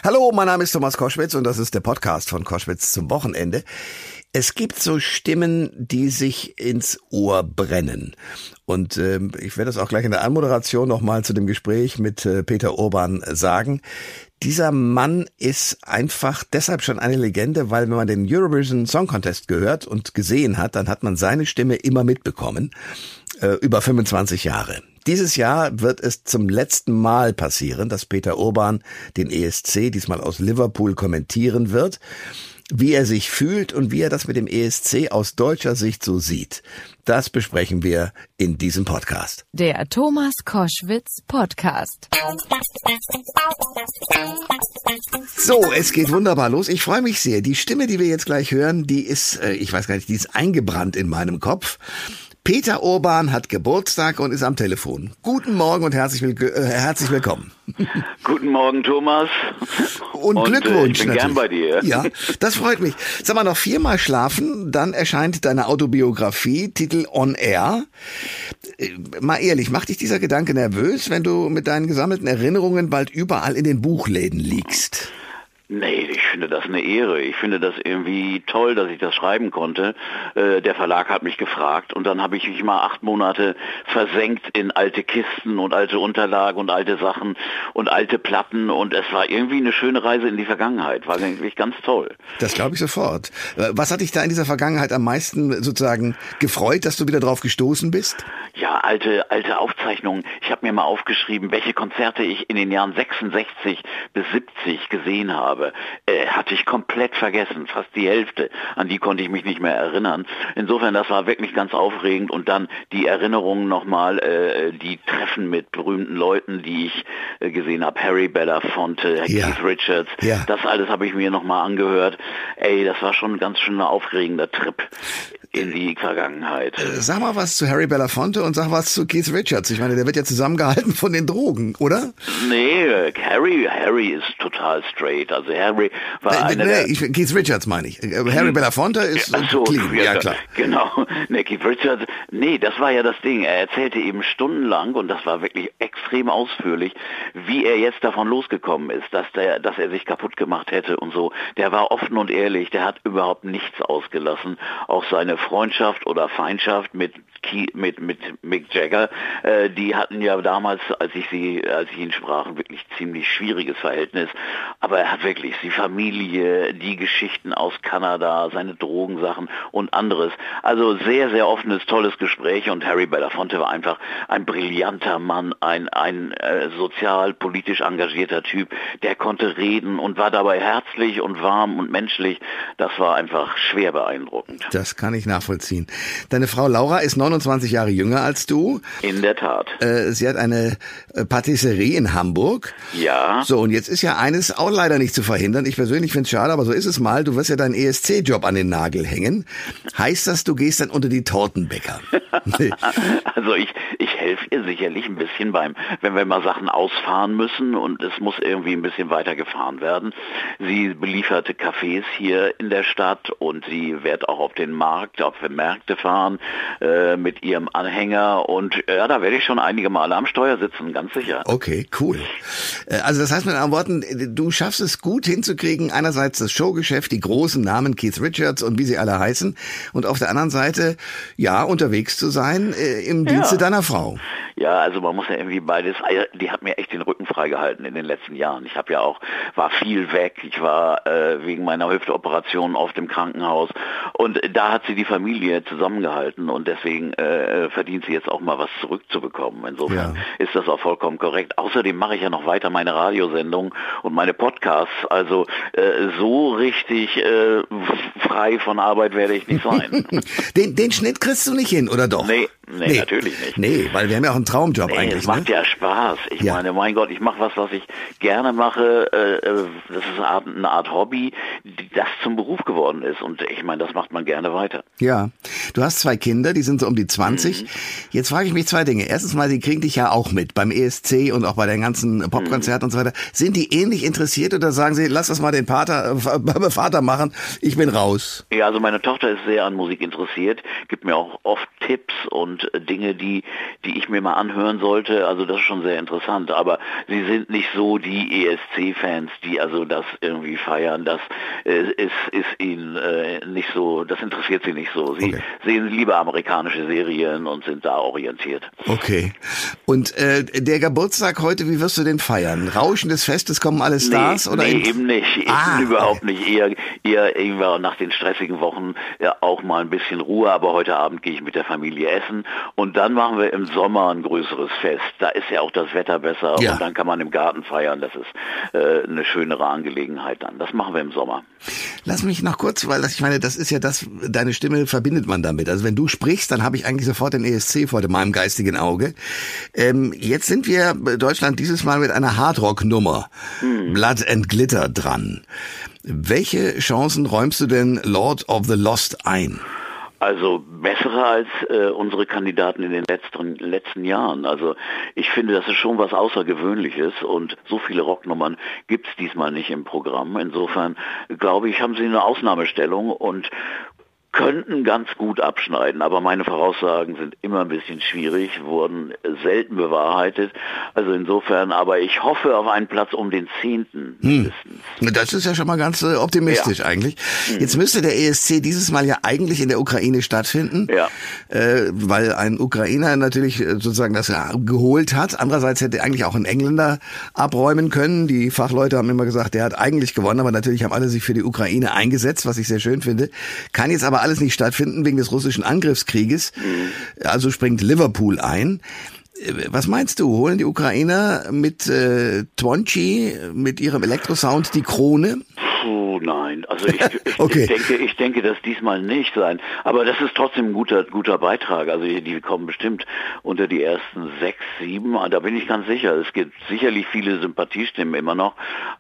Hallo, mein Name ist Thomas Koschwitz und das ist der Podcast von Koschwitz zum Wochenende. Es gibt so Stimmen, die sich ins Ohr brennen. Und ich werde das auch gleich in der Anmoderation nochmal zu dem Gespräch mit Peter Urban sagen. Dieser Mann ist einfach deshalb schon eine Legende, weil wenn man den Eurovision Song Contest gehört und gesehen hat, dann hat man seine Stimme immer mitbekommen, über 25 Jahre. Dieses Jahr wird es zum letzten Mal passieren, dass Peter Urban den ESC, diesmal aus Liverpool, kommentieren wird. Wie er sich fühlt und wie er das mit dem ESC aus deutscher Sicht so sieht, das besprechen wir in diesem Podcast. Der Thomas Koschwitz Podcast. So, es geht wunderbar los. Ich freue mich sehr. Die Stimme, die wir jetzt gleich hören, die ist, ich weiß gar nicht, die ist eingebrannt in meinem Kopf. Peter Urban hat Geburtstag und ist am Telefon. Guten Morgen und herzlich willkommen. Guten Morgen, Thomas. Und Glückwunsch. Ich bin gern bei dir. Ja, das freut mich. Sag mal, noch 4-mal schlafen, dann erscheint deine Autobiografie, Titel On Air. Mal ehrlich, macht dich dieser Gedanke nervös, wenn du mit deinen gesammelten Erinnerungen bald überall in den Buchläden liegst? Nee, ich finde das eine Ehre. Ich finde das irgendwie toll, dass ich das schreiben konnte. Der Verlag hat mich gefragt und dann habe ich mich mal 8 Monate versenkt in alte Kisten und alte Unterlagen und alte Sachen und alte Platten und es war irgendwie eine schöne Reise in die Vergangenheit. War eigentlich ganz toll. Das glaube ich sofort. Was hat dich da in dieser Vergangenheit am meisten sozusagen gefreut, dass du wieder drauf gestoßen bist? Ja, alte Aufzeichnungen. Ich habe mir mal aufgeschrieben, welche Konzerte ich in den Jahren 66 bis 70 gesehen habe. Hatte ich komplett vergessen, fast die Hälfte, an die konnte ich mich nicht mehr erinnern. Insofern, das war wirklich ganz aufregend und dann die Erinnerungen nochmal, die Treffen mit berühmten Leuten, die ich gesehen habe, Harry Belafonte, Keith Richards, das alles habe ich mir nochmal angehört. Das war schon ein ganz schöner aufregender Trip in die Vergangenheit. Sag mal was zu Harry Belafonte und sag was zu Keith Richards. Ich meine, der wird ja zusammengehalten von den Drogen, oder? Nee, Harry ist total straight. Also Harry war Keith Richards meine ich. Harry Belafonte ist clean, ja klar. Genau. Keith Richards, das war ja das Ding. Er erzählte eben stundenlang, und das war wirklich extrem ausführlich, wie er jetzt davon losgekommen ist, dass er sich kaputt gemacht hätte und so. Der war offen und ehrlich, der hat überhaupt nichts ausgelassen. Auch seine Freundschaft oder Feindschaft mit Mick Jagger, die hatten ja damals, als ich ihn sprach, ein wirklich ziemlich schwieriges Verhältnis. Aber er hat wirklich die Familie, die Geschichten aus Kanada, seine Drogensachen und anderes. Also sehr, sehr offenes, tolles Gespräch und Harry Belafonte war einfach ein brillanter Mann, ein sozial, politisch engagierter Typ, der konnte reden und war dabei herzlich und warm und menschlich. Das war einfach schwer beeindruckend. Das kann ich nachvollziehen. Deine Frau Laura ist 29 Jahre jünger als du. In der Tat. Sie hat eine Patisserie in Hamburg. Ja. So, und jetzt ist ja eines auch leider nicht zu verhindern. Ich persönlich finde es schade, aber so ist es mal. Du wirst ja deinen ESC-Job an den Nagel hängen. Heißt das, du gehst dann unter die Tortenbäcker? Also ich helfe ihr sicherlich ein bisschen wenn wir mal Sachen ausfahren müssen und es muss irgendwie ein bisschen weiter gefahren werden. Sie belieferte Cafés hier in der Stadt und sie wird auch auf den Märkte fahren mit ihrem Anhänger und da werde ich schon einige Male am Steuer sitzen, ganz sicher. Okay, cool. Also das heißt mit anderen Worten, du schaffst es gut hinzukriegen, einerseits das Showgeschäft, die großen Namen Keith Richards und wie sie alle heißen und auf der anderen Seite, unterwegs zu sein im Dienste deiner Frau. Ja, also man muss ja irgendwie beides, die hat mir echt den Rücken freigehalten in den letzten Jahren. Ich war viel weg, ich war wegen meiner Hüftoperation auf dem Krankenhaus und da hat sie die Familie zusammengehalten und deswegen verdient sie jetzt auch mal was zurückzubekommen. Insofern ist das auch vollkommen korrekt. Außerdem mache ich ja noch weiter meine Radiosendung und meine Podcasts, also so richtig frei von Arbeit werde ich nicht sein. Den Schnitt kriegst du nicht hin, oder doch? Nee, natürlich nicht. Nee, weil wir haben ja auch einen Traumjob eigentlich. Es macht ja Spaß. Ich meine, mein Gott, ich mache was ich gerne mache. Das ist eine Art Hobby, das zum Beruf geworden ist. Und ich meine, das macht man gerne weiter. Ja, du hast 2 Kinder, die sind so um die 20. Jetzt frage ich mich 2 Dinge. Erstens mal, die kriegen dich ja auch mit beim ESC und auch bei den ganzen Popkonzerten und so weiter. Sind die ähnlich interessiert oder sagen sie, lass das mal den Vater machen, ich bin raus? Ja, also meine Tochter ist sehr an Musik interessiert, gibt mir auch oft Tipps und und Dinge, die ich mir mal anhören sollte. Also das ist schon sehr interessant. Aber sie sind nicht so die ESC-Fans, die also das irgendwie feiern. Das ist ihnen nicht so, das interessiert sie nicht so. Sie sehen lieber amerikanische Serien und sind da orientiert. Okay. Und der Geburtstag heute, wie wirst du den feiern? Rauschendes Fest, es kommen alle Stars? Oder eben nicht. Überhaupt nicht. Eher nach den stressigen Wochen auch mal ein bisschen Ruhe, aber heute Abend gehe ich mit der Familie essen und dann machen wir im Sommer ein größeres Fest. Da ist ja auch das Wetter besser und dann kann man im Garten feiern. Das ist eine schönere Angelegenheit dann. Das machen wir im Sommer. Lass mich noch kurz, weil ich meine, das ist ja das, deine Stimme verbindet man damit. Also wenn du sprichst, dann habe ich eigentlich sofort den ESC vor meinem geistigen Auge. Jetzt sind wir Deutschland dieses Mal mit einer Hardrock-Nummer, Blood and Glitter, dran. Welche Chancen räumst du denn Lord of the Lost ein? Also bessere als unsere Kandidaten in den letzten Jahren. Also ich finde, das ist schon was Außergewöhnliches und so viele Rocknummern gibt's diesmal nicht im Programm. Insofern glaube ich, haben sie eine Ausnahmestellung und könnten ganz gut abschneiden, aber meine Voraussagen sind immer ein bisschen schwierig, wurden selten bewahrheitet. Also insofern, aber ich hoffe auf einen Platz um den 10. mindestens. Das ist ja schon mal ganz optimistisch eigentlich. Jetzt müsste der ESC dieses Mal ja eigentlich in der Ukraine stattfinden, weil ein Ukrainer natürlich sozusagen das geholt hat. Andererseits hätte eigentlich auch ein Engländer abräumen können. Die Fachleute haben immer gesagt, der hat eigentlich gewonnen, aber natürlich haben alle sich für die Ukraine eingesetzt, was ich sehr schön finde. Kann jetzt aber alles nicht stattfinden wegen des russischen Angriffskrieges. Also springt Liverpool ein. Was meinst du? Holen die Ukrainer mit Twonchi, mit ihrem Elektrosound die Krone? Nein, also ich denke, dass diesmal nicht sein. Aber das ist trotzdem ein guter Beitrag. Also die kommen bestimmt unter die ersten 6, 7. Da bin ich ganz sicher. Es gibt sicherlich viele Sympathiestimmen immer noch.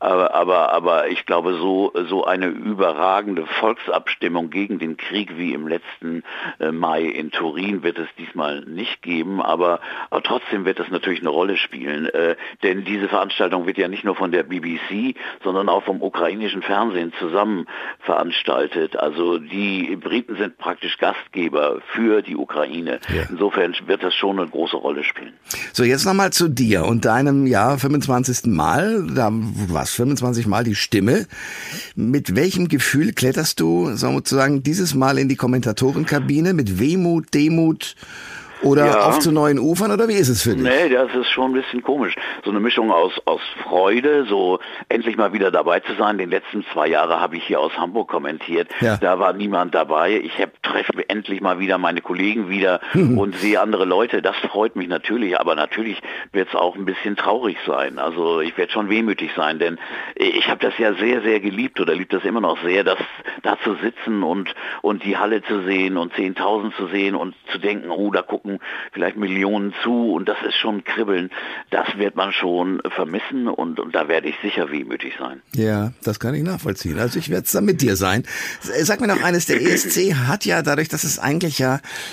Aber ich glaube, so eine überragende Volksabstimmung gegen den Krieg wie im letzten Mai in Turin wird es diesmal nicht geben. Aber trotzdem wird das natürlich eine Rolle spielen. Denn diese Veranstaltung wird ja nicht nur von der BBC, sondern auch vom ukrainischen Fernsehen zusammen veranstaltet. Also die Briten sind praktisch Gastgeber für die Ukraine. Ja. Insofern wird das schon eine große Rolle spielen. So, jetzt nochmal zu dir und deinem 25. Mal. Da warst 25 Mal die Stimme. Mit welchem Gefühl kletterst du sozusagen dieses Mal in die Kommentatorenkabine? Mit Wehmut, Demut? Oder auf zu neuen Ufern, oder wie ist es für dich? Nee, das ist schon ein bisschen komisch. So eine Mischung aus Freude, so endlich mal wieder dabei zu sein. Die letzten 2 Jahre habe ich hier aus Hamburg kommentiert. Ja. Da war niemand dabei. Ich treffe endlich mal wieder meine Kollegen wieder und sehe andere Leute. Das freut mich natürlich, aber natürlich wird es auch ein bisschen traurig sein. Also ich werde schon wehmütig sein, denn ich habe das ja sehr, sehr geliebt oder liebe das immer noch sehr, da zu sitzen und die Halle zu sehen und 10.000 zu sehen und zu denken, da gucken vielleicht Millionen zu und das ist schon Kribbeln. Das wird man schon vermissen und da werde ich sicher wehmütig sein. Ja, das kann ich nachvollziehen. Also ich werde es dann mit dir sein. Sag mir noch eines, der ESC hat ja dadurch, dass es eigentlich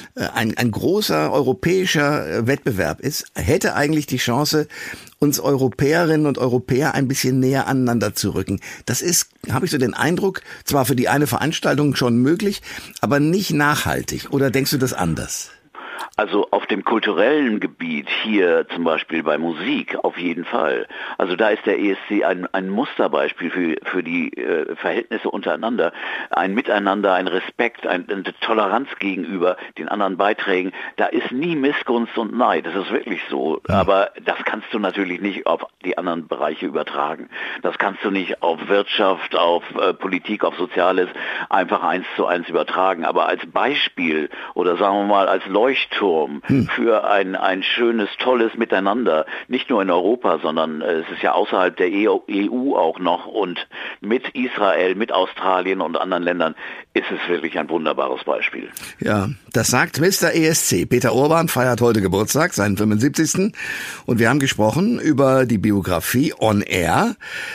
ein großer europäischer Wettbewerb ist, hätte eigentlich die Chance, uns Europäerinnen und Europäer ein bisschen näher aneinander zu rücken. Das ist, habe ich so den Eindruck, zwar für die eine Veranstaltung schon möglich, aber nicht nachhaltig. Oder denkst du das anders? Also auf dem kulturellen Gebiet, hier zum Beispiel bei Musik, auf jeden Fall. Also da ist der ESC ein Musterbeispiel für die Verhältnisse untereinander. Ein Miteinander, ein Respekt, eine Toleranz gegenüber den anderen Beiträgen. Da ist nie Missgunst und Neid, das ist wirklich so. Ja. Aber das kannst du natürlich nicht auf die anderen Bereiche übertragen. Das kannst du nicht auf Wirtschaft, auf Politik, auf Soziales einfach 1:1 übertragen. Aber als Beispiel oder sagen wir mal als Leuchtturm für ein schönes, tolles Miteinander, nicht nur in Europa, sondern es ist ja außerhalb der EU auch noch und mit Israel, mit Australien und anderen Ländern ist es wirklich ein wunderbares Beispiel. Ja, das sagt Mr. ESC. Peter Urban feiert heute Geburtstag, seinen 75. Und wir haben gesprochen über die Biografie On Air.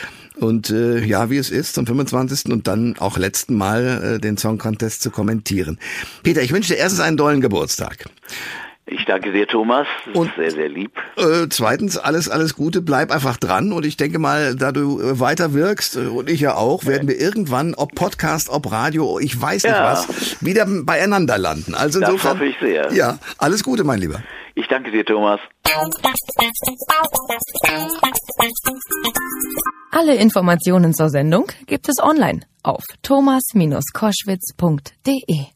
Und wie es ist, zum 25. und dann auch letzten Mal den Song Contest zu kommentieren. Peter, ich wünsche dir erstens einen tollen Geburtstag. Ich danke dir, Thomas. Das ist sehr, sehr lieb. Zweitens, alles Gute, bleib einfach dran und ich denke mal, da du weiter wirkst und ich ja auch, werden wir irgendwann, ob Podcast, ob Radio, ich weiß nicht was, wieder beieinander landen. Also das insofern, hoffe ich sehr. Ja, alles Gute, mein Lieber. Ich danke dir, Thomas. Alle Informationen zur Sendung gibt es online auf thomas-koschwitz.de.